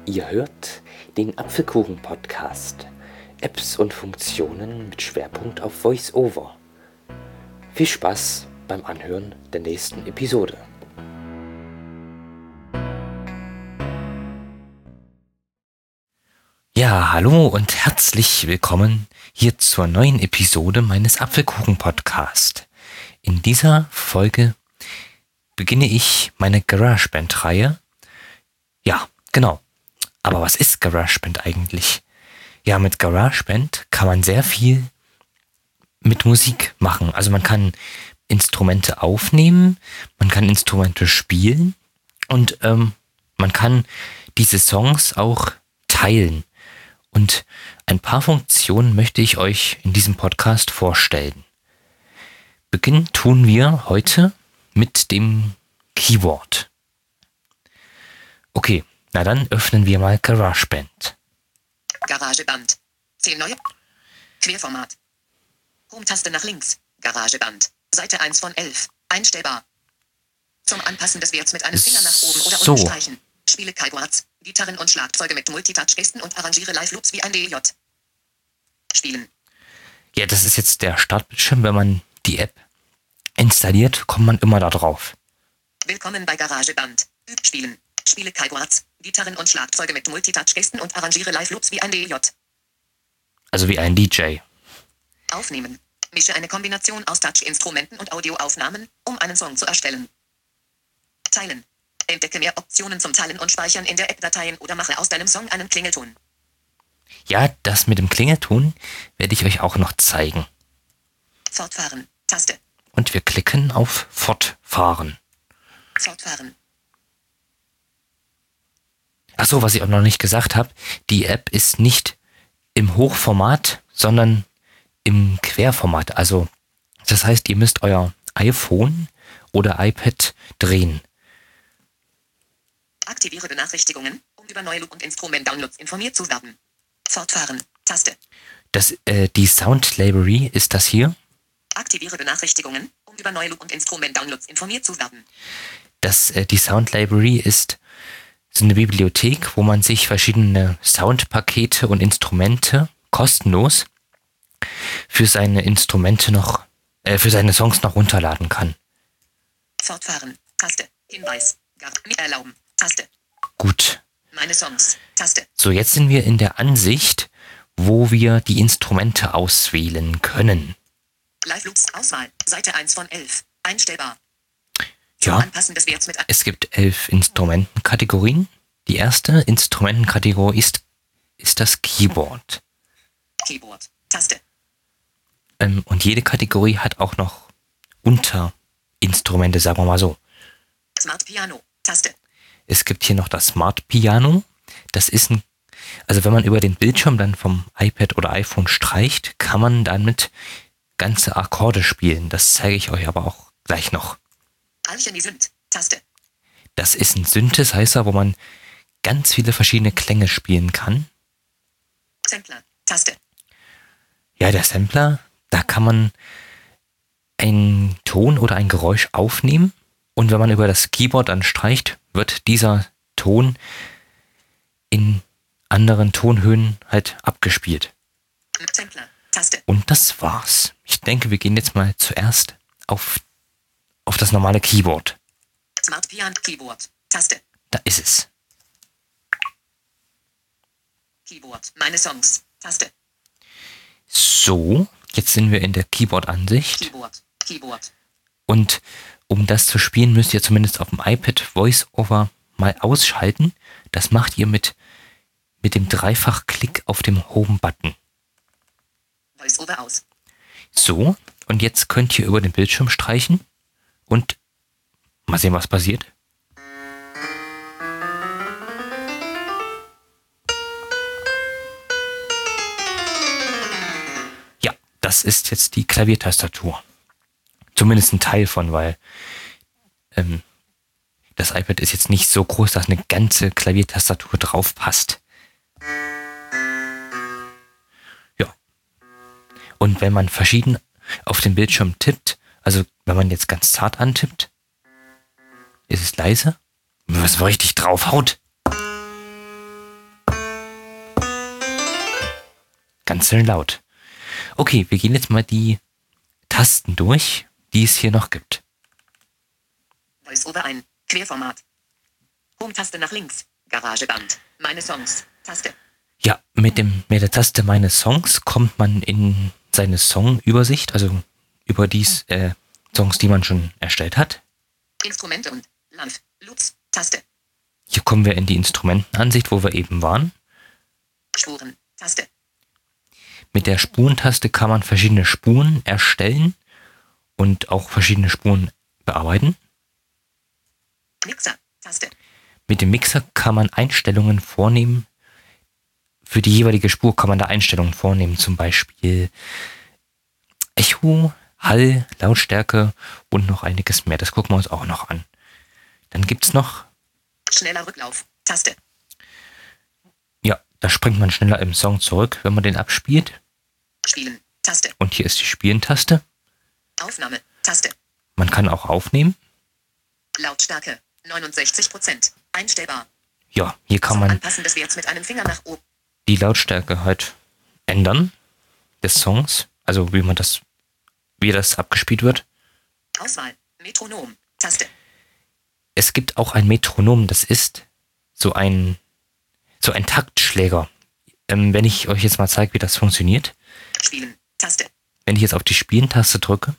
Ihr hört den Apfelkuchen-Podcast. Apps und Funktionen mit Schwerpunkt auf Voice-Over. Viel Spaß beim Anhören der nächsten Episode. Ja, hallo und herzlich willkommen hier zur neuen Episode meines Apfelkuchen-Podcasts. In dieser Folge beginne ich meine GarageBand-Reihe. Ja, genau. Aber was ist GarageBand eigentlich? Ja, mit GarageBand kann man sehr viel mit Musik machen. Also man kann Instrumente aufnehmen, man kann Instrumente spielen und man kann diese Songs auch teilen. Und ein paar Funktionen möchte ich euch in diesem Podcast vorstellen. Beginnen tun wir heute mit dem Keyboard. Okay. Na dann öffnen wir mal GarageBand. GarageBand. 10 neue. Querformat. Home-Taste nach links. GarageBand. Seite 1 von 11. Einstellbar. Zum Anpassen des Werts mit einem Finger nach oben oder unten streichen. Spiele Keyboards, Gitarren und Schlagzeuge mit Multitouch-Gesten und arrangiere Live-Loops wie ein DJ. Spielen. Ja, das ist jetzt der Startbildschirm. Wenn man die App installiert, kommt man immer da drauf. Willkommen bei GarageBand. Spielen. Spiele Keyboards, Gitarren und Schlagzeuge mit Multitouch-Gesten und arrangiere Live-Loops wie ein DJ. Also wie ein DJ. Aufnehmen. Mische eine Kombination aus Touch-Instrumenten und Audioaufnahmen, um einen Song zu erstellen. Teilen. Entdecke mehr Optionen zum Teilen und Speichern in der App-Dateien oder mache aus deinem Song einen Klingelton. Ja, das mit dem Klingelton werde ich euch auch noch zeigen. Fortfahren. Taste. Und wir klicken auf Fortfahren. Fortfahren. Achso, was ich auch noch nicht gesagt habe, die App ist nicht im Hochformat, sondern im Querformat. Also das heißt, ihr müsst euer iPhone oder iPad drehen. Aktiviere Benachrichtigungen, um über neue Loop- und Instrument-Downloads informiert zu werden. Fortfahren. Taste. Die Sound Library ist das hier. Aktiviere Benachrichtigungen, um über neue Loop- und Instrument-Downloads informiert zu werden. Die Sound Library ist so eine Bibliothek, wo man sich verschiedene Soundpakete und Instrumente kostenlos für seine Instrumente für seine Songs noch runterladen kann. Fortfahren. Taste. Hinweis. Erlauben. Taste. Gut. Meine Songs. Taste. So, jetzt sind wir in der Ansicht, wo wir die Instrumente auswählen können. Live-Loops Auswahl. Seite 1 von 11. Einstellbar. Ja, Anpassen des Werts mit es gibt 11 Instrumentenkategorien. Die erste Instrumentenkategorie ist das Keyboard. Keyboard. Taste. Und jede Kategorie hat auch noch Unterinstrumente, sagen wir mal so. Smart Piano. Taste. Es gibt hier noch das Smart Piano. Das ist also wenn man über den Bildschirm dann vom iPad oder iPhone streicht, kann man damit ganze Akkorde spielen. Das zeige ich euch aber auch gleich noch. Alchemy-Synth. Taste. Das ist ein Synthesizer, wo man ganz viele verschiedene Klänge spielen kann. Sampler. Taste. Ja, der Sampler, da kann man einen Ton oder ein Geräusch aufnehmen und wenn man über das Keyboard dann streicht, wird dieser Ton in anderen Tonhöhen halt abgespielt. Sampler. Taste. Und das war's. Ich denke, wir gehen jetzt mal zuerst auf das normale Keyboard. Smart Piano Keyboard. Taste. Da ist es. Keyboard. Meine Songs. Taste. So, jetzt sind wir in der Keyboard-Ansicht. Keyboard. Und um das zu spielen, müsst ihr zumindest auf dem iPad VoiceOver mal ausschalten. Das macht ihr mit dem Dreifachklick auf dem Home-Button. VoiceOver aus. So, und jetzt könnt ihr über den Bildschirm streichen und mal sehen, was passiert. Ja, das ist jetzt die Klaviertastatur. Zumindest ein Teil von, weil das iPad ist jetzt nicht so groß, dass eine ganze Klaviertastatur drauf passt. Ja. Und wenn man verschieden auf dem Bildschirm tippt, also wenn man jetzt ganz zart antippt, ist es leise. Was richtig draufhaut. ganz schön laut. Okay, wir gehen jetzt mal die Tasten durch, die es hier noch gibt. VoiceOver ein. Querformat. Home-Taste nach links. Garageband. Meine Songs. Taste. Ja, mit der Taste Meine Songs kommt man in seine Songübersicht, also über die Songs, die man schon erstellt hat. Instrumente und Lanf. Lutz. Taste. Hier kommen wir in die Instrumentenansicht, wo wir eben waren. Spuren. Taste. Mit der Spurentaste kann man verschiedene Spuren erstellen und auch verschiedene Spuren bearbeiten. Mixer. Taste. Mit dem Mixer kann man Einstellungen vornehmen. Für die jeweilige Spur kann man da Einstellungen vornehmen, zum Beispiel Echo, Hall, Lautstärke und noch einiges mehr. Das gucken wir uns auch noch an. Dann gibt es noch... Schneller Rücklauf. Taste. Ja, da springt man schneller im Song zurück, wenn man den abspielt. Spielen. Taste. Und hier ist die Spielen-Taste. Aufnahme. Taste. Man kann auch aufnehmen. Lautstärke. 69%. Einstellbar. Ja, hier kann Zum man Anpassen des Werts mit einem Finger nach oben. die Lautstärke halt ändern des Songs. Also wie das abgespielt wird. Auswahl. Metronom. Taste. Es gibt auch ein Metronom, das ist so ein Taktschläger. Wenn ich euch jetzt mal zeige, wie das funktioniert. Spielen. Taste. Wenn ich jetzt auf die Spielen-Taste drücke,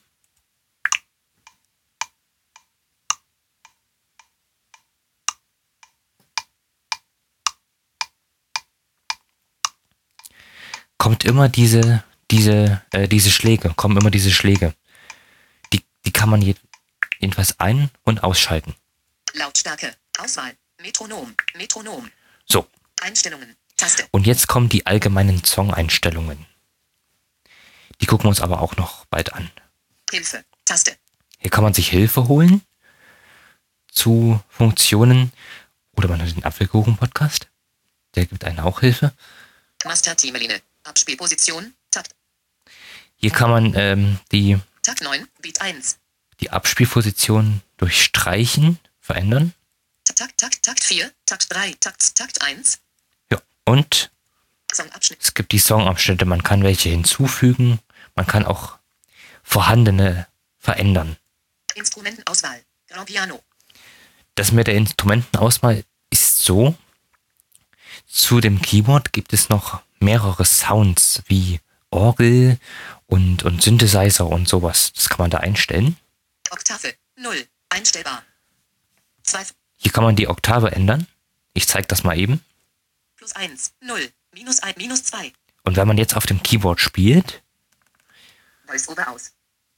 kommt immer diese Schläge, kommen immer diese Schläge. Die kann man jedenfalls ein- und ausschalten. Lautstärke. Auswahl. Metronom. Metronom. So, Einstellungen. Taste. und jetzt kommen die allgemeinen Song-Einstellungen. Die gucken wir uns aber auch noch bald an. Hilfe. Taste. Hier kann man sich Hilfe holen zu Funktionen oder man hört den Apfelkuchen-Podcast. Der gibt einen auch Hilfe. Master Teameline. Abspielposition. Takt. Hier kann man die Takt 9. Beat 1. Abspielposition durch Streichen verändern. Takt 4. Takt 3. Takt 1. Ja, und Songabschnitt. es gibt die Songabschnitte. Man kann welche hinzufügen. Man kann auch vorhandene verändern. Instrumentenauswahl. Grand Piano. Das mit der Instrumentenauswahl ist so. Zu dem Keyboard gibt es noch mehrere Sounds wie Orgel und Synthesizer und sowas. Das kann man da einstellen. Oktave. 0. Einstellbar. 2. Hier kann man die Oktave ändern. Ich zeige das mal eben. Plus 1. 0. Minus 1. Minus 2. Und wenn man jetzt auf dem Keyboard spielt, VoiceOver aus.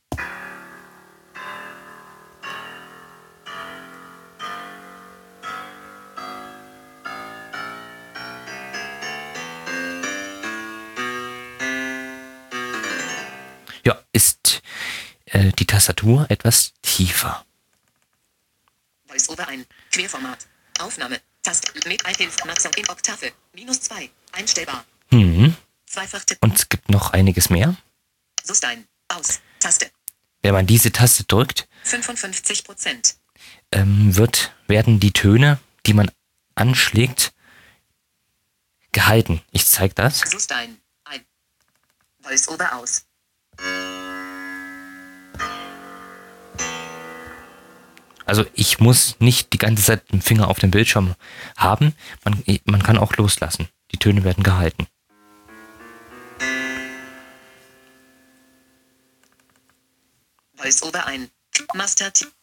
ja, ist die Tastatur etwas tiefer. VoiceOver ein. Querformat. Aufnahme. Taste. Mit Hilfsmaxung in Oktave. Minus 2. Einstellbar. Mhm. 2/4. Und es gibt noch einiges mehr. Sustein. Aus. Taste. Wenn man diese Taste drückt, 55%. werden die Töne, die man anschlägt, gehalten. Ich zeige das. Sustein. Ein. VoiceOver aus. Also ich muss nicht die ganze Zeit den Finger auf dem Bildschirm haben. Man kann auch loslassen. Die Töne werden gehalten. VoiceOver ein. Master T.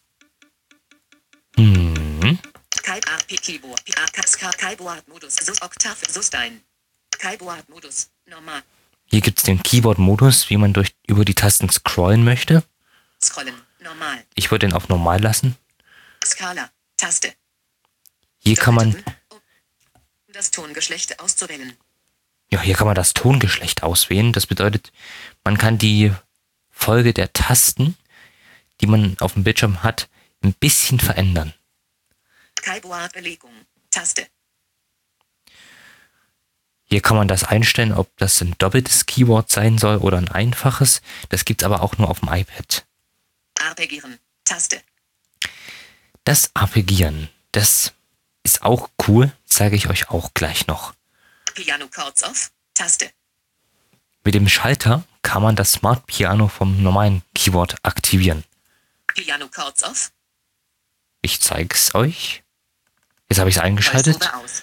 Keyboard. Keyboard Modus. Oktave. Sustein. Keyboard Modus. Normal. Hier gibt es den Keyboard-Modus, wie man über die Tasten scrollen möchte. Scrollen. Normal. Ich würde den auf normal lassen. Skala. Taste. Hier kann man, Um das Tongeschlecht auszuwählen. ja, hier kann man das Tongeschlecht auswählen. Das bedeutet, man kann die Folge der Tasten, die man auf dem Bildschirm hat, ein bisschen verändern. Keyboard-Belegung. Taste. Hier kann man das einstellen, ob das ein doppeltes Keyboard sein soll oder ein einfaches. Das gibt es aber auch nur auf dem iPad. Arpeggieren. Taste. Das Arpeggieren, das ist auch cool, zeige ich euch auch gleich noch. Piano Chords off. Taste. Mit dem Schalter kann man das Smart Piano vom normalen Keyboard aktivieren. Piano Chords off. Ich zeige es euch. Jetzt habe ich es eingeschaltet. VoiceOver aus.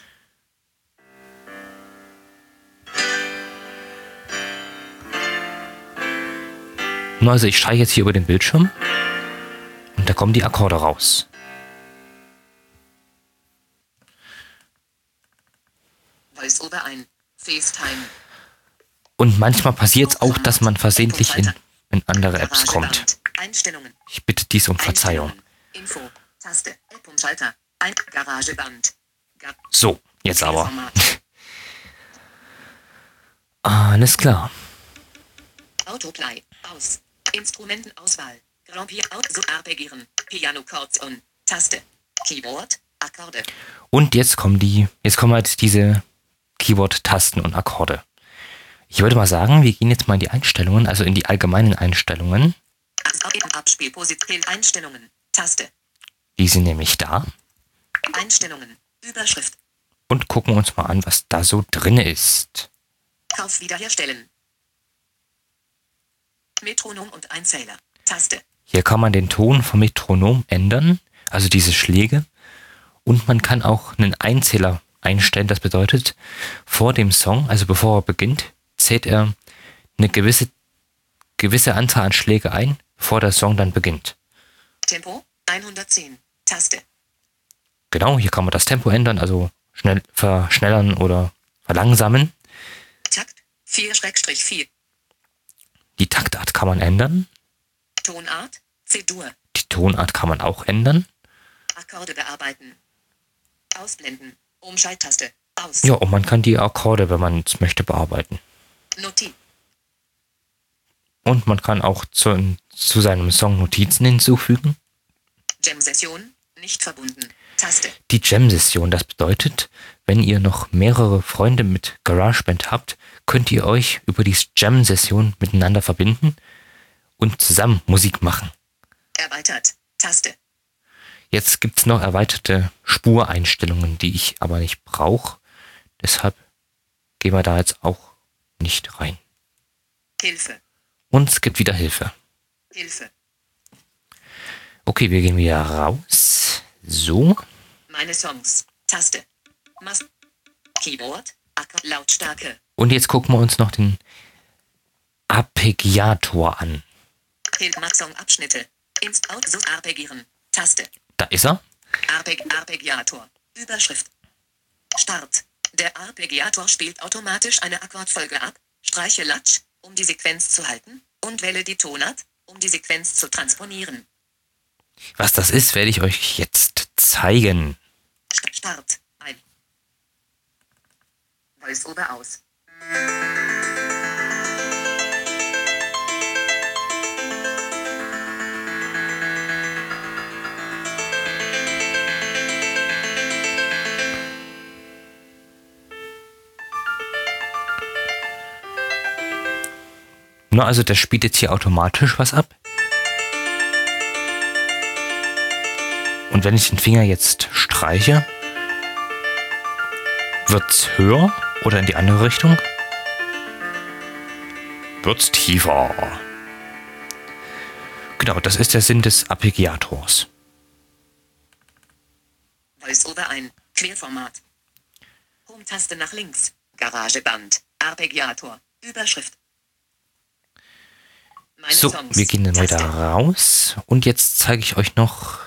Nur also ich streiche jetzt hier über den Bildschirm und da kommen die Akkorde raus. VoiceOver ein. FaceTime. Und manchmal passiert es auch, dass man versehentlich in andere Apps kommt. GarageBand. Einstellungen. Ich bitte dies um Verzeihung. Info. Taste. App und Schalter. Ein GarageBand. So, jetzt aber. Format. Alles klar. Autoplay. Aus. Instrumentenauswahl. Grand Piano. So arpeggieren. Piano Chords on. Taste. Keyboard. Akkorde. Und jetzt kommen halt diese Keyboard-Tasten und Akkorde. Ich würde mal sagen, wir gehen jetzt mal in die Einstellungen, also in die allgemeinen Einstellungen. Abspielposition. Einstellungen. Taste. Die sind nämlich da. Einstellungen. Überschrift. Und gucken uns mal an, was da so drin ist. Kauf wiederherstellen. Metronom und Einzähler. Taste. Hier kann man den Ton vom Metronom ändern, also diese Schläge. Und man kann auch einen Einzähler einstellen. Das bedeutet, vor dem Song, also bevor er beginnt, zählt er eine gewisse Anzahl an Schläge ein, bevor der Song dann beginnt. Tempo 110. Taste. Genau, hier kann man das Tempo ändern, also verschnellern oder verlangsamen. Takt 4/4. Die Taktart kann man ändern. Tonart C-Dur. Die Tonart kann man auch ändern. Akkorde bearbeiten. Ausblenden. Umschalttaste. Aus. Ja, und man kann die Akkorde, wenn man es möchte, bearbeiten. Notiz. Und man kann auch zu seinem Song Notizen hinzufügen. Jam-Session nicht verbunden. Taste. Die Jam-Session, das bedeutet, wenn ihr noch mehrere Freunde mit GarageBand habt, könnt ihr euch über die Jam-Session miteinander verbinden und zusammen Musik machen. Erweitert. Taste. Jetzt gibt es noch erweiterte Spureinstellungen, die ich aber nicht brauche. Deshalb gehen wir da jetzt auch nicht rein. Hilfe. Und es gibt wieder Hilfe. Hilfe. Okay, wir gehen wieder raus. So. Meine Songs. Taste. Keyboard. Lautstärke. Und jetzt gucken wir uns noch den Arpeggiator an. Song-Abschnitte. Inst-Out. So arpeggieren. Taste. Da ist er. Arpeggiator. Überschrift. Start. Der Arpeggiator spielt automatisch eine Akkordfolge ab. Streiche Latch, um die Sequenz zu halten, und wähle die Tonart, um die Sequenz zu transponieren. Was das ist, werde ich euch jetzt zeigen. Start. Ein. VoiceOver aus. Na, also der spielt jetzt hier automatisch was ab. Und wenn ich den Finger jetzt streiche, wird's höher oder in die andere Richtung? Wird's tiefer. Genau, das ist der Sinn des Arpeggiators. VoiceOver ein. Querformat. Home-Taste nach links. GarageBand. Arpeggiator. Überschrift. Meine So, Songs. wir gehen dann weiter Taste. raus. Und jetzt zeige ich euch noch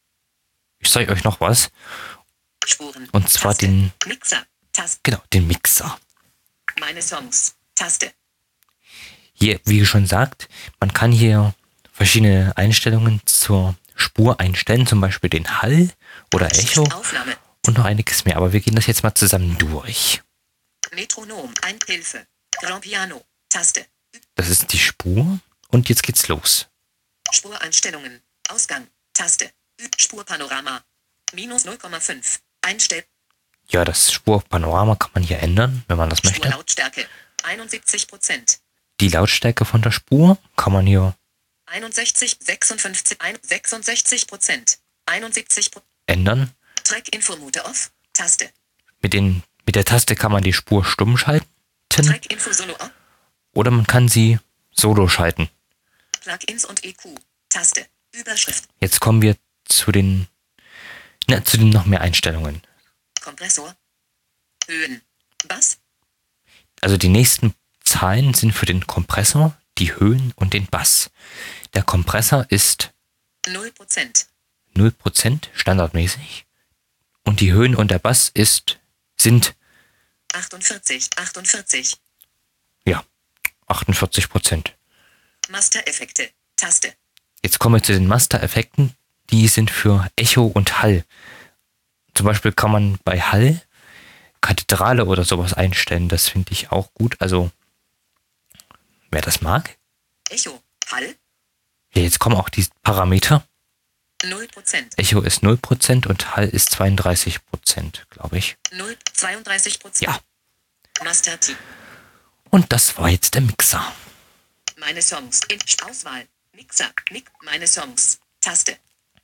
was. Spuren. Und zwar Taste. den, Mixer. Taste. genau, den Mixer. Meine Songs. Taste. Hier, wie schon sagt, man kann hier verschiedene Einstellungen zur Spur einstellen, zum Beispiel den Hall oder Echo Aufnahme. und noch einiges mehr. Aber wir gehen das jetzt mal zusammen durch. Metronom. Ein Hilfe. Grand Piano. Taste. Das ist die Spur und jetzt geht's los. Spureinstellungen. Ausgang. Taste. Spurpanorama. Minus 0,5. Einstell. Ja, das Spurpanorama kann man hier ändern, wenn man das möchte. Spurlautstärke. 71%. Die Lautstärke von der Spur kann man hier 61, 56, 66%. 71%. ändern. Track-Info-Mute off. Taste. Mit der Taste kann man die Spur stumm schalten. Track-Info-Solo off. Oder man kann sie solo schalten. Plugins und EQ. Taste. Überschrift. Jetzt kommen wir zu den noch mehr Einstellungen. Kompressor. Höhen. Bass. Also die nächsten Zahlen sind für den Kompressor, die Höhen und den Bass. Der Kompressor ist 0%. 0% standardmäßig. Und die Höhen und der Bass sind 48. ja 48%. Master-Effekte. Taste. Jetzt kommen wir zu den Master-Effekten. Die sind für Echo und Hall. Zum Beispiel kann man bei Hall Kathedrale oder sowas einstellen. Das finde ich auch gut. Also, wer das mag. Echo. Hall. Ja, jetzt kommen auch die Parameter. 0%. Echo ist 0% und Hall ist 32%, glaube ich. 32%. Ja. Master T. Und das war jetzt der Mixer. Meine Songs. In Auswahl. Mixer. Meine Songs. Taste.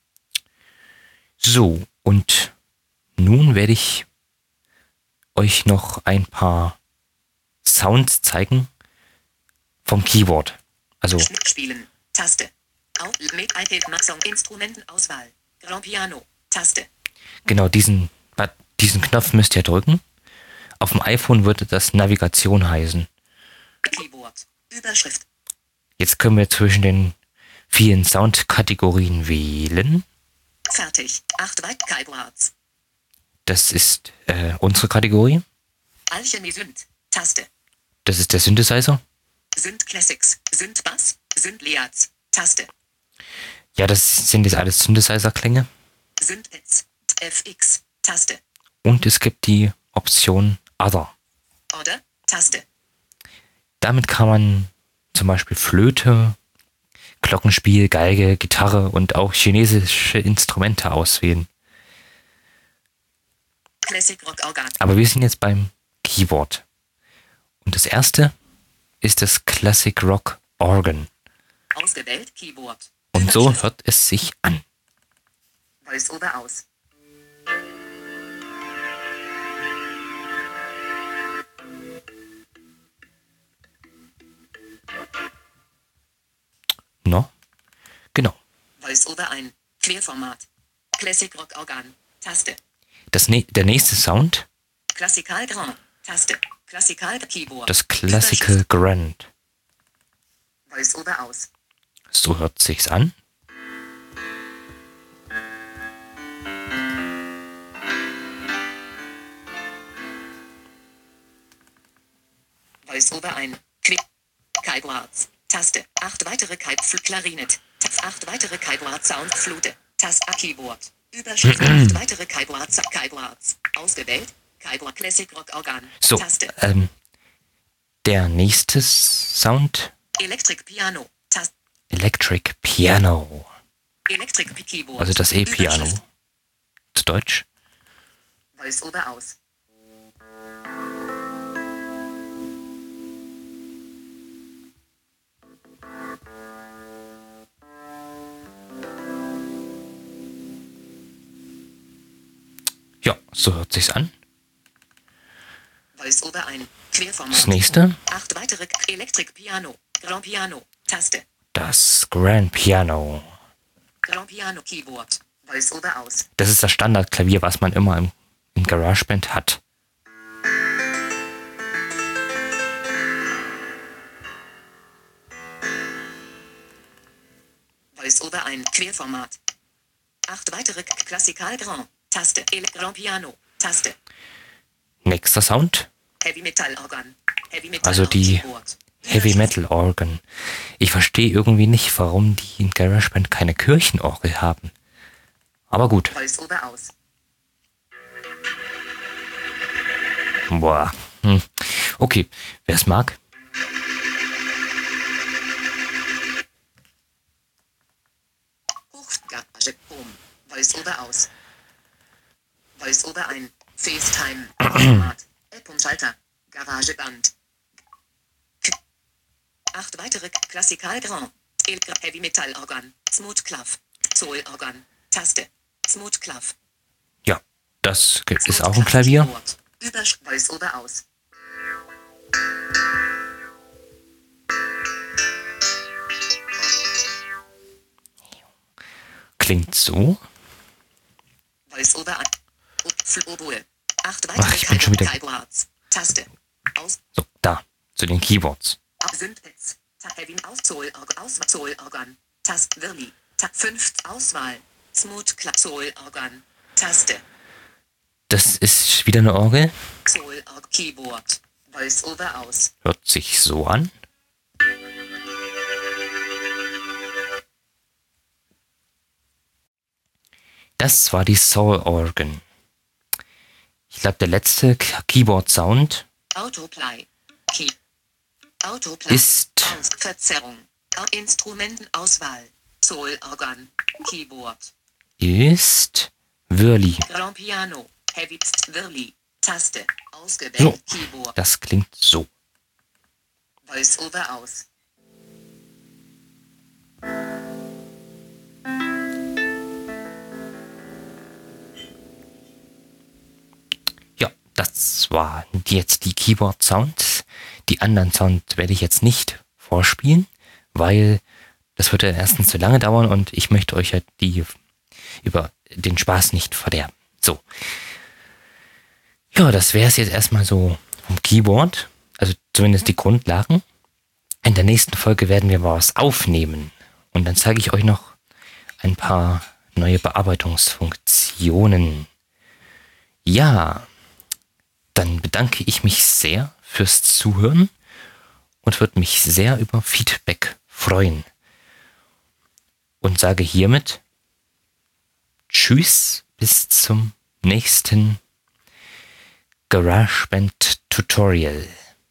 So, und nun werde ich euch noch ein paar Sounds zeigen vom Keyboard. Also Spielen. Taste. Mit iPad Song Instrumentenauswahl. Grand Piano. Taste. genau diesen Knopf müsst ihr drücken. Auf dem iPhone würde das Navigation heißen. Keyboard. Überschrift. Jetzt können wir zwischen den vielen Soundkategorien wählen. Fertig. 8 Byte Keyboards. Das ist unsere Kategorie. Alchemy Synth. Taste. Das ist der Synthesizer. Synth Classics. Synth Bass. Synth Leads. Taste. Ja, das sind jetzt alles Synthesizer-Klänge. Synth Pads. FX. Taste. Und es gibt die Option Other. Order. Taste. Damit kann man zum Beispiel Flöte, Glockenspiel, Geige, Gitarre und auch chinesische Instrumente auswählen. Classic Rock Organ. Aber wir sind jetzt beim Keyboard. Und das erste ist das Classic Rock Organ. Ausgewählt Keyboard. Und so hört es sich an. Voice-Over aus. No? Genau. Voice-Over ein. Querformat. Classic Rock Organ. Taste. Der nächste Sound, Klassikal Grand. Taste. Klassikal Keyboard. das Classical Grand. Voice-Over aus. So hört sich's an. Voice-Over ein. Keyboards. Taste. 8 weitere Klarinett. 8 weitere Keyboard Sound Flute. Taste. Keyboard. Überschrift. 8 weitere Keyboards. Ausgewählt. Keyboard Classic Rock Organ. So, Taste. der nächste Sound, Electric Piano. Taste. Electric Piano. Electric Keyboard. Also das E-Piano. Überschrift. Zu Deutsch. Voice-Over aus. Ja, so hört sich's an. Voice-Over ein. Querformat. Das nächste, 8 weitere Electric Piano. Grand Piano. Taste. das Grand Piano. Grand Piano Keyboard. Voice-Over aus. Das ist das Standardklavier, was man immer im GarageBand hat. Voice-Over ein. Querformat. 8 weitere Klassikal Grand. Taste. Grand Piano. Taste. Nächster Sound, Heavy Metal Organ. Heavy Metal also die Keyboard. Heavy Metal Organ. Ich verstehe irgendwie nicht, warum die in GarageBand keine Kirchenorgel haben. Aber gut. Voice-Over aus. Boah. Okay, wer es mag. Hochgarage. Home. Voice-Over aus. Voice-Over ein. FaceTime. Format. App und Schalter. GarageBand. 8 weitere Klassikal Grand. Heavy Metal Organ. Smooth Clav. Soul Organ. Taste. Smooth Clav. Ja, das ist auch ein Klavier. Voice-Over aus. klingt so. Voice-over an. Oboe. 8 Ach, weitere ich bin schon wieder... Keyboards. Taste. Aus. So, da, zu den Keyboards. Synthets. Heavy auf Zollorgan. Taste. Wirli. 5 Auswahl. Smooth Clap Zollorgan. Taste. Das ist wieder eine Orgel. Zollorg Keyboard. Voice-over aus. Hört sich so an. Das war die Soul Organ. Ich glaube, der letzte Keyboard-Sound Autoplay. Key. Autoplay. ist Verzerrung. Instrumentenauswahl. Zollorgan. Keyboard. Wirli. Grand Piano. Heavy Wirli. Taste. Ausgewählt. So, Keyboard. das klingt so. Voice-over aus. Ja, das war jetzt die Keyboard-Sounds. Die anderen Sounds werde ich jetzt nicht vorspielen, weil das würde erstens zu lange dauern und ich möchte euch ja über den Spaß nicht verderben. So. Ja, das wäre es jetzt erstmal so vom Keyboard. Also zumindest die Grundlagen. In der nächsten Folge werden wir was aufnehmen. Und dann zeige ich euch noch ein paar neue Bearbeitungsfunktionen. Ja, dann bedanke ich mich sehr fürs Zuhören und würde mich sehr über Feedback freuen. Und sage hiermit Tschüss, bis zum nächsten GarageBand Tutorial.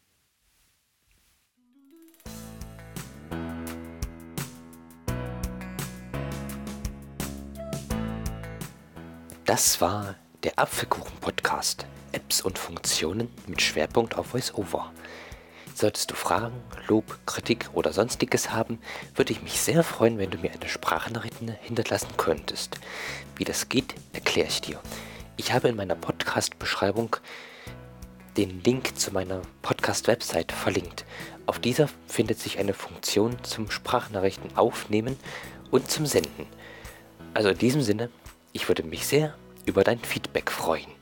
Das war der Apfelkuchen-Podcast. Apps und Funktionen mit Schwerpunkt auf VoiceOver. Solltest du Fragen, Lob, Kritik oder sonstiges haben, würde ich mich sehr freuen, wenn du mir eine Sprachnachricht hinterlassen könntest. Wie das geht, erkläre ich dir. Ich habe in meiner Podcast-Beschreibung den Link zu meiner Podcast-Website verlinkt. Auf dieser findet sich eine Funktion zum Sprachnachrichten aufnehmen und zum Senden. Also in diesem Sinne, ich würde mich sehr über dein Feedback freuen.